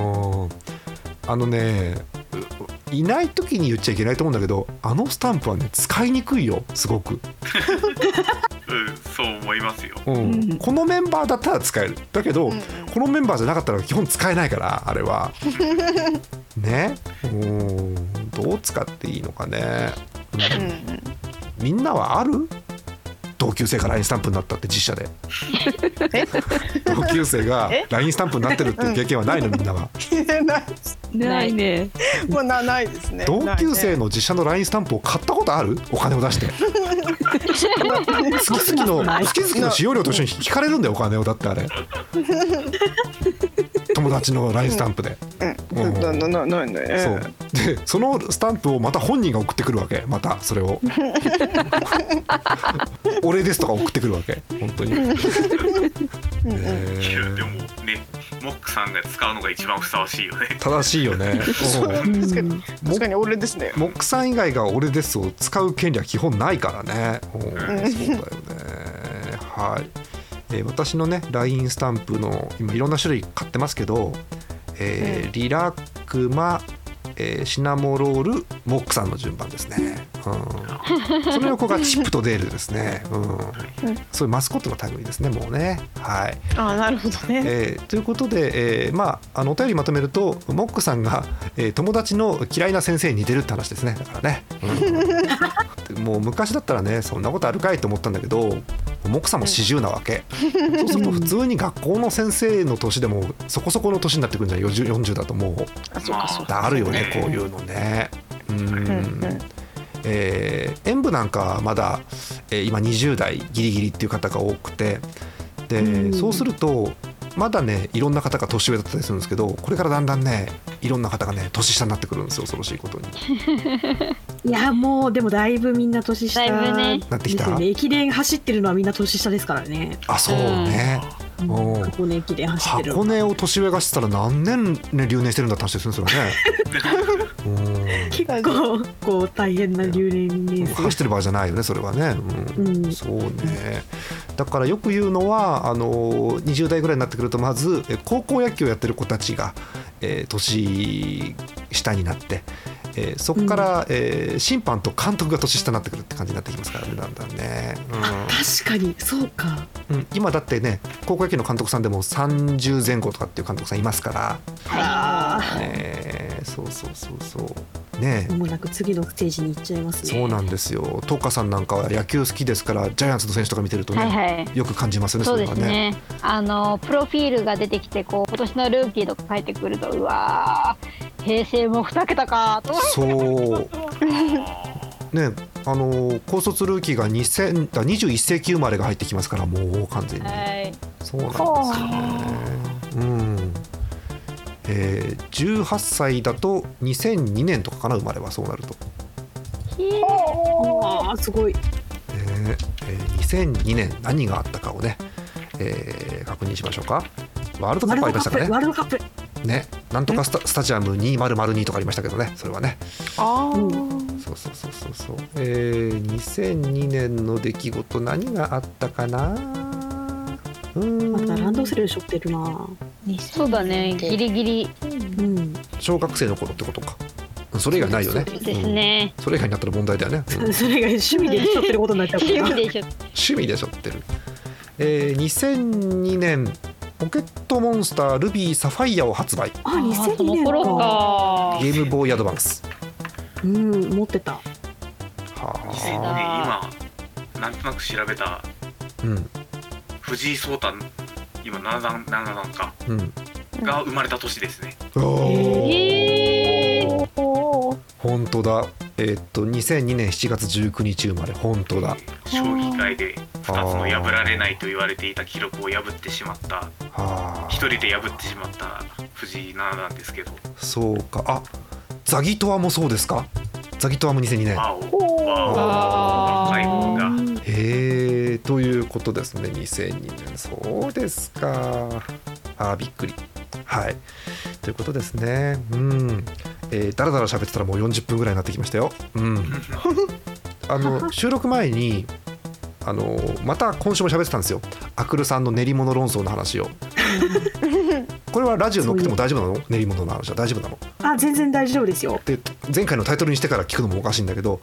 いない時に言っちゃいけないと思うんだけど、あのスタンプはね、使いにくいよ、すごく。 そう思いますよ。 このメンバーだったら使える。だけど、このメンバーじゃなかったら基本使えないから、あれは。ね。どう使っていいのかね。みんなはある？同級生が LINE スタンプになったって実写で。同級生が LINE スタンプになってるっていう経験はないの？みんなは。 ないね。 もうないですね。 同級生の実写の LINE スタンプを買ったことある？お金を出して。好き好きの使用料と一緒に引かれるんだよ、お金を。だってあれ。友達の LINE スタンプで。そうで、そのスタンプをまた本人が送ってくるわけ。またそれを俺ですとか送ってくるわけ、本当に。 いやでもね、モックさんが使うのが一番ふさわしいよね。正しいよね。 確かに俺ですね。 モックさん以外が俺ですを使う権利は基本ないからね。そうだよね。はい。私のね LINE スタンプの今いろんな種類買ってますけど、リラクマ、シナモロール、モックさんの順番ですね。その横がチップとデールですね。そういうマスコットの類ですね、もうね。はい。 なるほどね。 ということで、お便りまとめると、モックさんが、友達の嫌いな先生に似てるって話ですね。だからね。もう昔だったらね、そんなことあるかいと思ったんだけど、モックさんも40なわけ。そうすると普通に学校の先生の年でもそこそこの年になってくるんじゃない？ 40だともうあるよね、こういうのね。 演舞なんかまだ、今20代ギリギリっていう方が多くて、でそうするとまだねいろんな方が年上だったりするんですけど、これからだんだんねいろんな方がね年下になってくるんですよ、恐ろしいことに。 いやもうでもだいぶみんな年下だいぶねなってきた。 駅伝走ってるのはみんな年下ですからね。 あ、そうね、 箱根駅伝走ってる。 箱根を年上がしてたら何年、ね、留年してるんだって話でするんですよね。 結構こう大変な留年年数走ってる場合じゃないよねそれはね、そうね。だからよく言うのは20代ぐらいになってくるとまず高校野球をやってる子たちが、年下になって、そこから、審判と監督が年下になってくるって感じになってきますからね、だんだんね、 確かにそうか、 今だってね高校野球の監督さんでも30前後とかっていう監督さんいますから、そうそうそうそうね、 もうなく次のステージに行っちゃいますね。 そうなんですよ。トカさんなんかは野球好きですからジャイアンツの選手とか見てるとね、よく感じますよね。 そうですね。プロフィールが出てきて今年のルーキーとか書いてくると、うわー平成も2桁かと。そうね、高卒ルーキーが21世紀生まれが入ってきますから、もう完全に、そうなんですよね。18歳だと2002年とかかな、生まれは。そうなるとすごい、 2002年何があったかをね、確認しましょうか。ワールドカップありましたかね。 ワールドカップね、なんとかスタジアム2002とかありましたけどね、それはね。そうそうそうそうそう。2002年の出来事何があったかな。 またランドセル背負ってるな。 そうだね、ギリギリ、 小学生の頃ってことか。それ以外ないよね。 そうですね、 それ以外になったら問題だよね。 それ以外趣味で背負ってることになっちゃうからな。 趣味で背負ってる。2002年ポケットモンスタールビーサファイアを発売。 2002年か。 ゲームボーイアドバンス。 持ってた。 今なんとなく調べた、藤井聡太今7段か、が生まれた年ですね。 本当だ。2002年7月19日生まれ。本当だ。 将棋界で2つの破られないと言われていた記録を破ってしまった、一人で破ってしまった藤井七段ですけど。 そうか。あ、ザギトワもそうですか。ザギトワも2002年。 若い方が。 ということですね。2002年。そうですか。びっくり。はい。ということですね。だらだら喋ってたらもう40分ぐらいになってきましたよ。収録前にまた今週も喋ってたんですよ。アクルさんの練り物論争の話を。これはラジオ乗っけても大丈夫なの？練り物の話は大丈夫なの？ 全然大丈夫ですよ。 で、前回のタイトルにしてから聞くのもおかしいんだけど、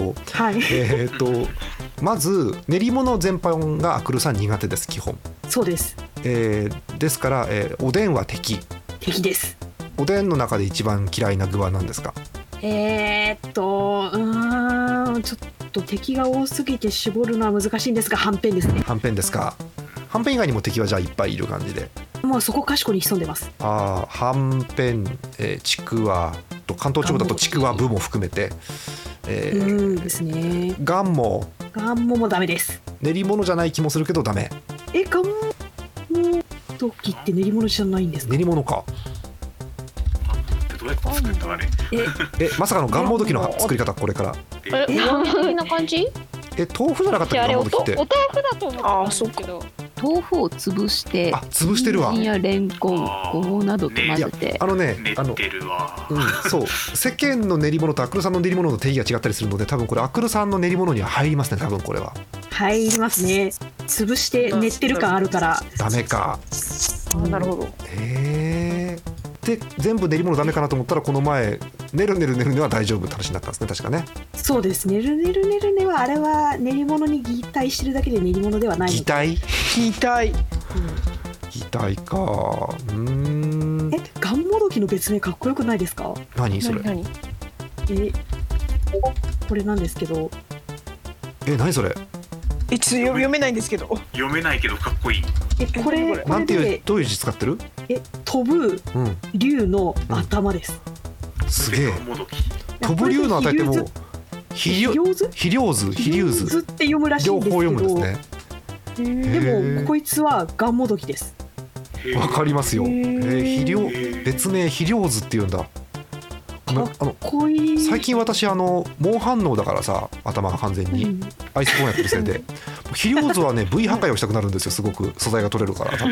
まず練り物全般がアクルさん苦手です、基本。 そうです。 ですから、おでんは敵です。 おでんの中で一番嫌いな具は何ですか？ ちょっと敵が多すぎて絞るのは難しいんですが、はんぺんですね。 はんぺんですか。はんぺん以外にも敵はじゃあいっぱいいる感じで。 もうそこかしこに潜んでます。 はんぺん、ちくわと、関東地方だとちくわぶも含めて、 ですね。 がんももダメです。 練り物じゃない気もするけどダメ。 がんも時って練り物じゃないんですか？ 練り物か。 どうやって作ったあれ？ まさかのがんもどきの作り方、これから。 こんな感じ？ 豆腐じゃなかったっけ？がんもどきって。 お豆腐だと思ったんですけど。 豆腐を潰して、 潰してるわ。 人参やレンコン、ごぼうなどと混ぜて。 練ってるわ。 そう。世間の練り物とアクルさんの練り物の定義が違ったりするので、多分これアクルさんの練り物には入りますね。多分これは。 入りますね。潰して練ってる感あるから。 ダメか。 なるほど。 で全部練り物ダメかなと思ったら、この前ねるねるねるねは大丈夫って話になったんですね、確かね。 そうです。ねるねるねるねはあれは練り物に擬態してるだけで練り物ではないので。 擬態か。 がんもどきの別名かっこよくないですか？ 何それ？ これなんですけど。 何それ？ 読めないんですけど。読めないけどかっこいい。 これなんていう、どういう字使ってる？ 飛ぶ竜の頭です。 すげえ。飛ぶ竜の頭ってもうヒリョーズって読むらしいんですけど、 両方読むんですね。でもこいつはガンモドキです。 わかりますよ。別名ヒリョーズって言うんだ。 かっこいい。 最近私猛反応だからさ、頭が完全に、アイスボーンやってるせいでヒリョーズはね V 破壊をしたくなるんですよ。すごく素材が取れるから多分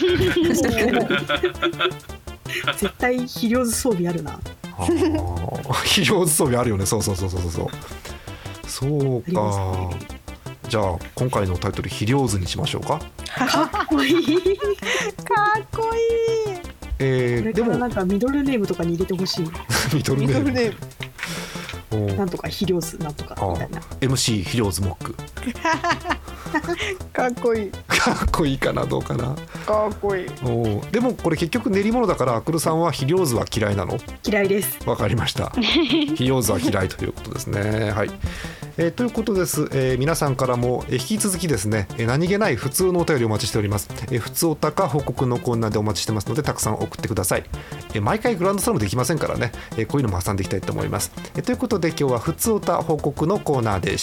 絶対ヒリョーズ装備あるな。 ヒリョーズ装備あるよね。そうか。じゃあ今回のタイトルヒリョーズにしましょうか。 かっこいい。かっこいい。でもなんかミドルネームとかに入れてほしい。 ミドルネームなんとかヒリョーズなんとかみたいな。 MC ヒリョーズモックかっこいい。 かっこいいかな、どうかな。 かっこいい。 でもこれ結局練り物だから、アクルさんはヒリョーズは嫌いなの？ 嫌いです。 わかりましたヒリョーズは嫌いということですね。はい、ということです。皆さんからも引き続きですね、何気ない普通のお便りお待ちしております。普通おたか報告のコーナーでお待ちしてますので、たくさん送ってください。毎回グランドスラムできませんからね、こういうのも挟んでいきたいと思います。ということで今日は普通おた報告のコーナーでした。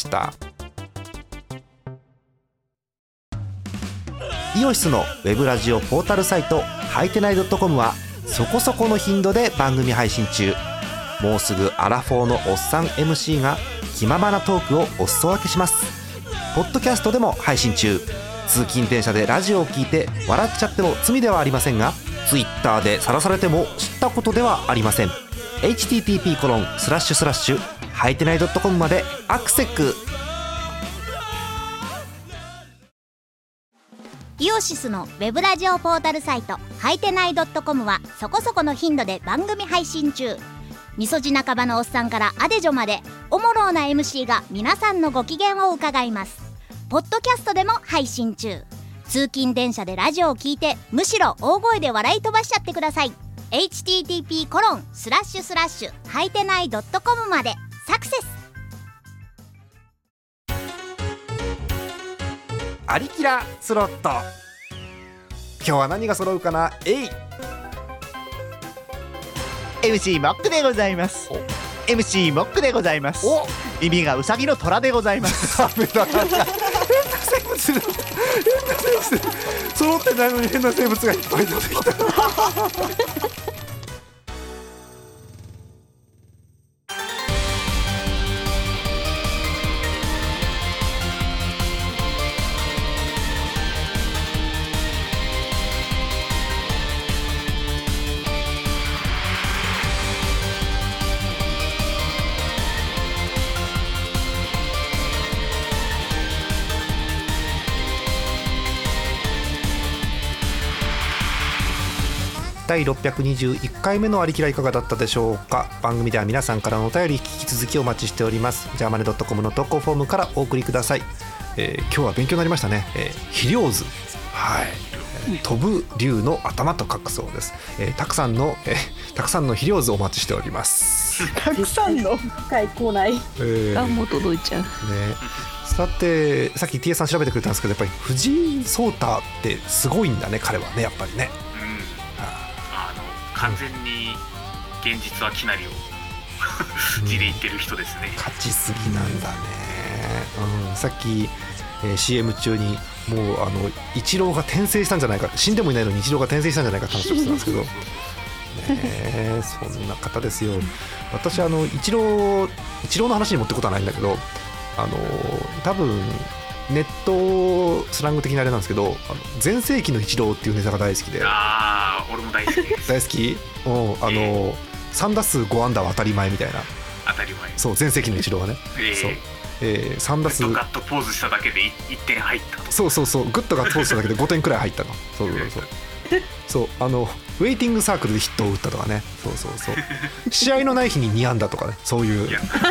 イオシスのウェブラジオポータルサイトはいてない .com はそこそこの頻度で番組配信中。もうすぐアラフォーのおっさん MC が気ままなトークをお裾分けします。ポッドキャストでも配信中。通勤電車でラジオを聞いて笑っちゃっても罪ではありませんが、ツイッターで晒されても知ったことではありません。 http:// はいてない .com までアクセック。 イオシスのウェブラジオポータルサイトはいてない .com はそこそこの頻度で番組配信中。みそじ半ばのおっさんからアデジョまでおもろうな MC が皆さんのご機嫌を伺います。ポッドキャストでも配信中。通勤電車でラジオを聞いてむしろ大声で笑い飛ばしちゃってください。 http:// はいてない .com までサクセス。 アリキラスロット。今日は何が揃うかな。 MC モックでございます。MC モックでございます。耳がウサギの虎でございます。 ダメだ。変な生物揃ってないのに変な生物がいっぱい出てきた。第621回目のありきらいかがだったでしょうか。番組では皆さんからのお便り引き続きお待ちしております。ジャーマネ .com の投稿フォームからお送りください。今日は勉強になりましたね。ヒリョーズ、はい、飛ぶ竜の頭と書くそうです。たくさんのヒリョーズお待ちしております。 たくさんの深いコーナー、 もう届いちゃうね。 さてさっき TA さん調べてくれたんですけど、やっぱり藤井聡太ってすごいんだね、彼はね、やっぱりね。 完全に現実はきなりを地で言ってる人ですね。 勝ちすぎなんだね。さっき、CM 中にもうイチローが転生したんじゃないか、死んでもいないのにイチローが転生したんじゃないかって話をしてたんですけどね、そんな方ですよ。私イチローの話に持ってくことはないんだけど、多分ネットスラング的なあれなんですけど、全盛期のイチローっていうネタが大好きで。 俺も大好き大好き。3打数5安打は当たり前みたいな。 当たり前。 そう全盛期のイチローはね、そう、3打数ガッとポーズしただけで1点入ったと。 そうグッとガッとポーズしただけで5点くらい入ったの。そうウェイティングサークルでヒットを打ったとかね。そう試合のない日に2安打とかね、そういう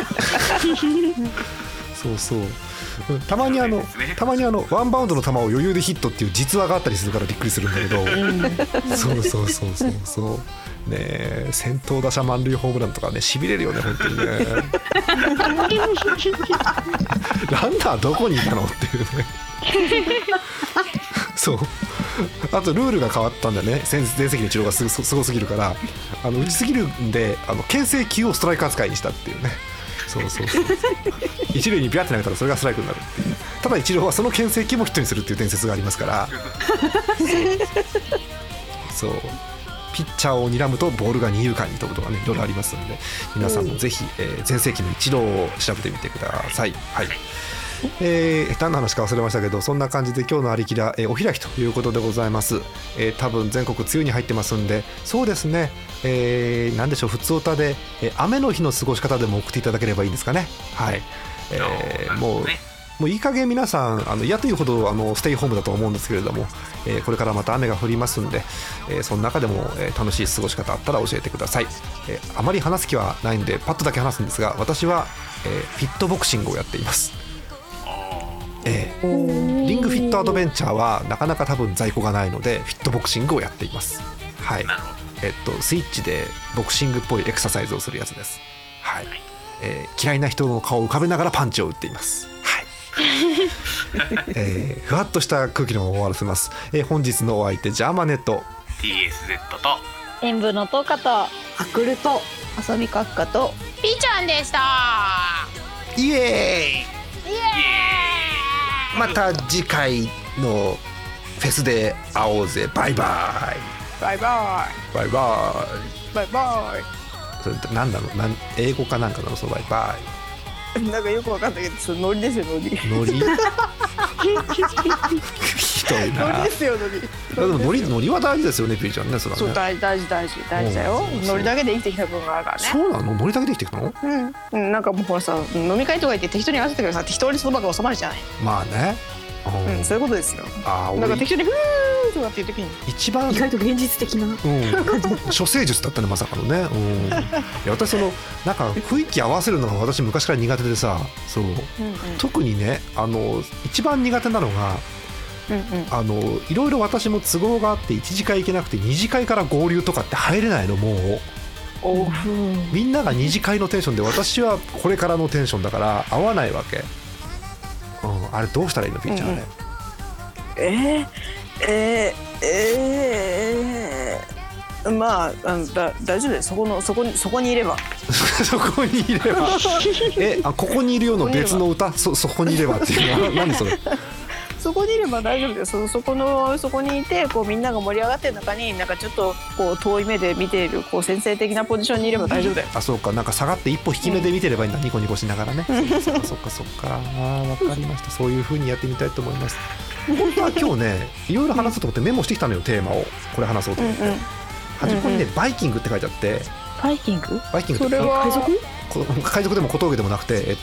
そうたまにワンバウンドの球を余裕でヒットっていう実話があったりするからびっくりするんだけどそうねえ、先頭打者満塁ホームランとかね、しびれるよね本当にねランナーどこにいたのっていうねそうあとルールが変わったんだよね。前席のイチローがすごすぎるから、打ちすぎるんで牽制球をストライク扱いにしたっていうね。 そう一塁にビャって投げたらそれがストライクになるっていう。ただイチローはその牽制球もヒットにするっていう伝説がありますからそうピッチャーを睨むとボールが二遊間に飛ぶとかね、いろいろありますので皆さんもぜひ、全盛期のイチローを調べてみてください。はい、何の話か忘れましたけど、そんな感じで今日のありきら、お開きということでございます。多分全国梅雨に入ってますんで、そうですね、何でしょう、普通歌で、雨の日の過ごし方でも送っていただければいいんですかね。はい、もういい加減皆さん嫌というほどステイホームだと思うんですけれども、これからまた雨が降りますんで、その中でも、楽しい過ごし方あったら教えてください。あまり話す気はないんでパッとだけ話すんですが、私は、フィットボクシングをやっています。リングフィットアドベンチャーはなかなか多分在庫がないのでフィットボクシングをやっています。はい、スイッチでボクシングっぽいエクササイズをするやつです。はい、嫌いな人の顔を浮かべながらパンチを打っています。ふわっとした空気のまま終わらせます。本日のお相手ジャーマネット TSZ と演舞のトカとアクルとあさみかっかとピーちゃんでした。 イエーイまた次回のフェスで会おうぜ。バイバイバイバイバイババイバイ。それ何なの、英語かなんかなの、そのバイバイなんかよくわかんないけど、そのノリですよ、ノリノリひどいな。 ノリですよ、ノリ。 でもノリは大事ですよね、ピーちゃんね。それはね、 そう、大事だよ。ノリだけで生きてきた部分があるからね。 そうなの、ノリだけで生きてきたの？ うん、なんかもうほらさ、飲み会とか行って適当に合わせてくださって適当にその場が収まるじゃない。 まあね、 そういうことですよ。なんか適当にフーとかっていう時に一番意外と現実的な、 処世術だったね、まさかのね。いや、私なんか雰囲気合わせるのが私昔から苦手でさ、そう、特にね、一番苦手なのが、いろいろ私も都合があって1次会行けなくて2次会から合流とかって入れないの。もうみんなが2次会のテンションで私はこれからのテンションだから合わないわけ。あれどうしたらいいの、ピーちゃんね。 まあ、大丈夫です。そこにいればそこにいればここにいるような別の歌、そこにいればっていうのは何それそこにいれば大丈夫です。そこにいて、こうみんなが盛り上がってる中に、なんかちょっとこう遠い目で見ているこう先生的なポジションにいれば大丈夫だよ。 あ、そうか、なんか下がって一歩引き目で見てればいいんだ、ニコニコしながらね。そっか、わかりました。そういう風にやってみたいと思います。本当は今日ね、いろいろ話そうと思ってメモしてきたのよ、テーマを。これ話そうと思って、端っこにね、バイキングって書いてあって。 バイキングってそれは海賊でも小峠でもなくて、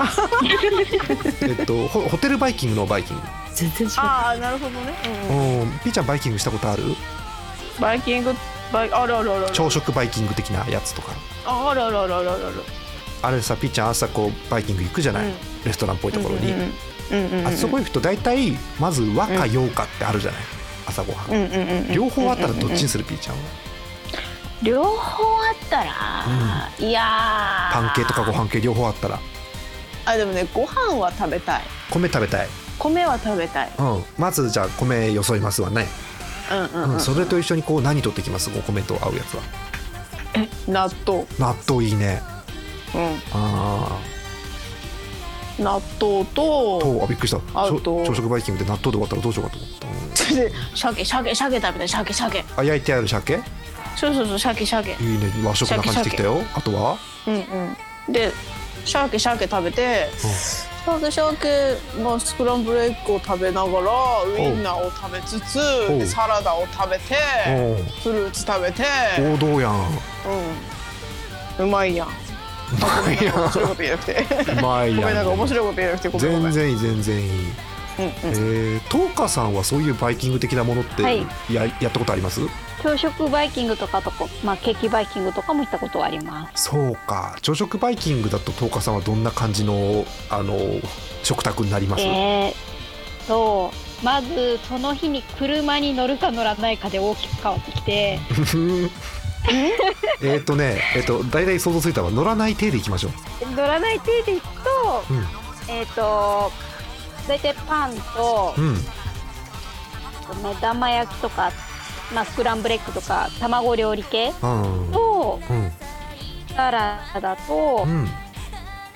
ホテルバイキングのバイキング。 全然違う。 ああ、なるほどね。 ピーちゃんバイキングしたことある？ バイキングある。 朝食バイキング的なやつとか。 ある。 あれさ、ピーちゃん朝こうバイキング行くじゃない、レストランっぽいところに。あそこ行くと大体まず和か洋かってあるじゃない、朝ごはん。両方あったらどっちにする、ピーちゃんは？ 両方あったら、いやパン系とかご飯系両方あったら。 でもね、ご飯は食べたい。 米食べたい。 米は食べたい。 まずじゃあ米よそいますわね。それと一緒にこう何取ってきます？お米と合うやつは。 納豆いいね。 納豆とびっくりした。朝食バイキングで納豆で終わったらどうしようかと思った。 鮭食べたい。鮭。 焼いてある鮭？ そう、鮭。 いいね、和食な感じしてきたよ。あとは？ で、鮭食べて、鮭のスクランブルエッグを食べながらウインナーを食べつつ、サラダを食べて、フルーツ食べて。 王道やん。 うまいやん。面白いこと言えなくて。 うまいやん。 ごめん、なんか面白いこと言えなくて。 全然いい。トーカさんはそういうバイキング的なものってやったことあります？ 朝食バイキングとかケーキバイキングとかも行ったことはあります。 そうか、朝食バイキングだとトーカさんはどんな感じの食卓になります？ まずその日に車に乗るか乗らないかで大きく変わってきて大体想像ついたわ。乗らない体でいきましょう。乗らない体でいくと、大体パンと、目玉焼きとか、スクランブルエッグとか卵料理系と、サラダと、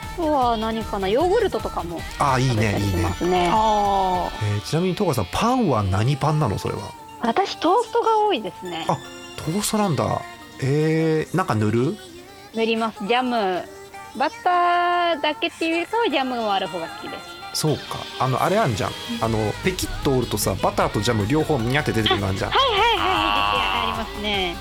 とは何かな、ヨーグルトとかもいいねいいね。ちなみに戸川さん、パンは何パンなの？それは。 私トーストが多いですね。 トーストなんだ。なんか塗ります。ジャム、バターだけっていうとジャムがある方が好きです。 そうか、あれあんじゃん、ペキッと折るとさ、バターとジャム両方にゃって出てくるのあんじゃん。 ありますね。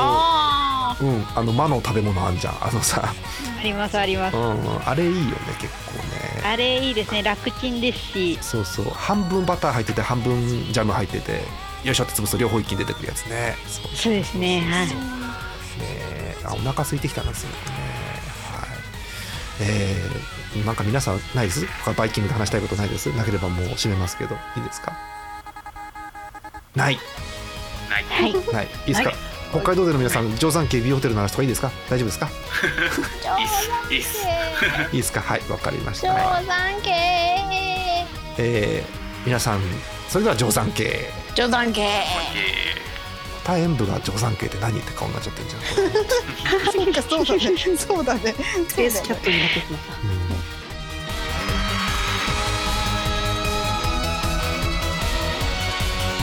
魔の食べ物あんじゃん、さ。 ありますあります。 あれいいよね、結構ね。 あれいいですね、楽ちんですし。 そうそう、半分バター入ってて半分ジャム入ってて、よいしょって潰すと両方一気に出てくるやつね。 そうですね。はい。 お腹空いてきたんですよね。なんか皆さんないです？バイキングで話したいことないです？なければもう締めますけど、いいですか？ない。いいですか？北海道での皆さん、定山渓ビューホテルの話とかいいですか？大丈夫ですか？ いいっす。 いいですか？はい、わかりました。 定山渓。 皆さん、それでは定山渓。また演舞が定山渓って何って顔になっちゃってるじゃん。 なんかそうだね。 スペースキャットになってきました。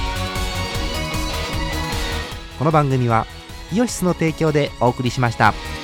この番組はイオシスの提供でお送りしました。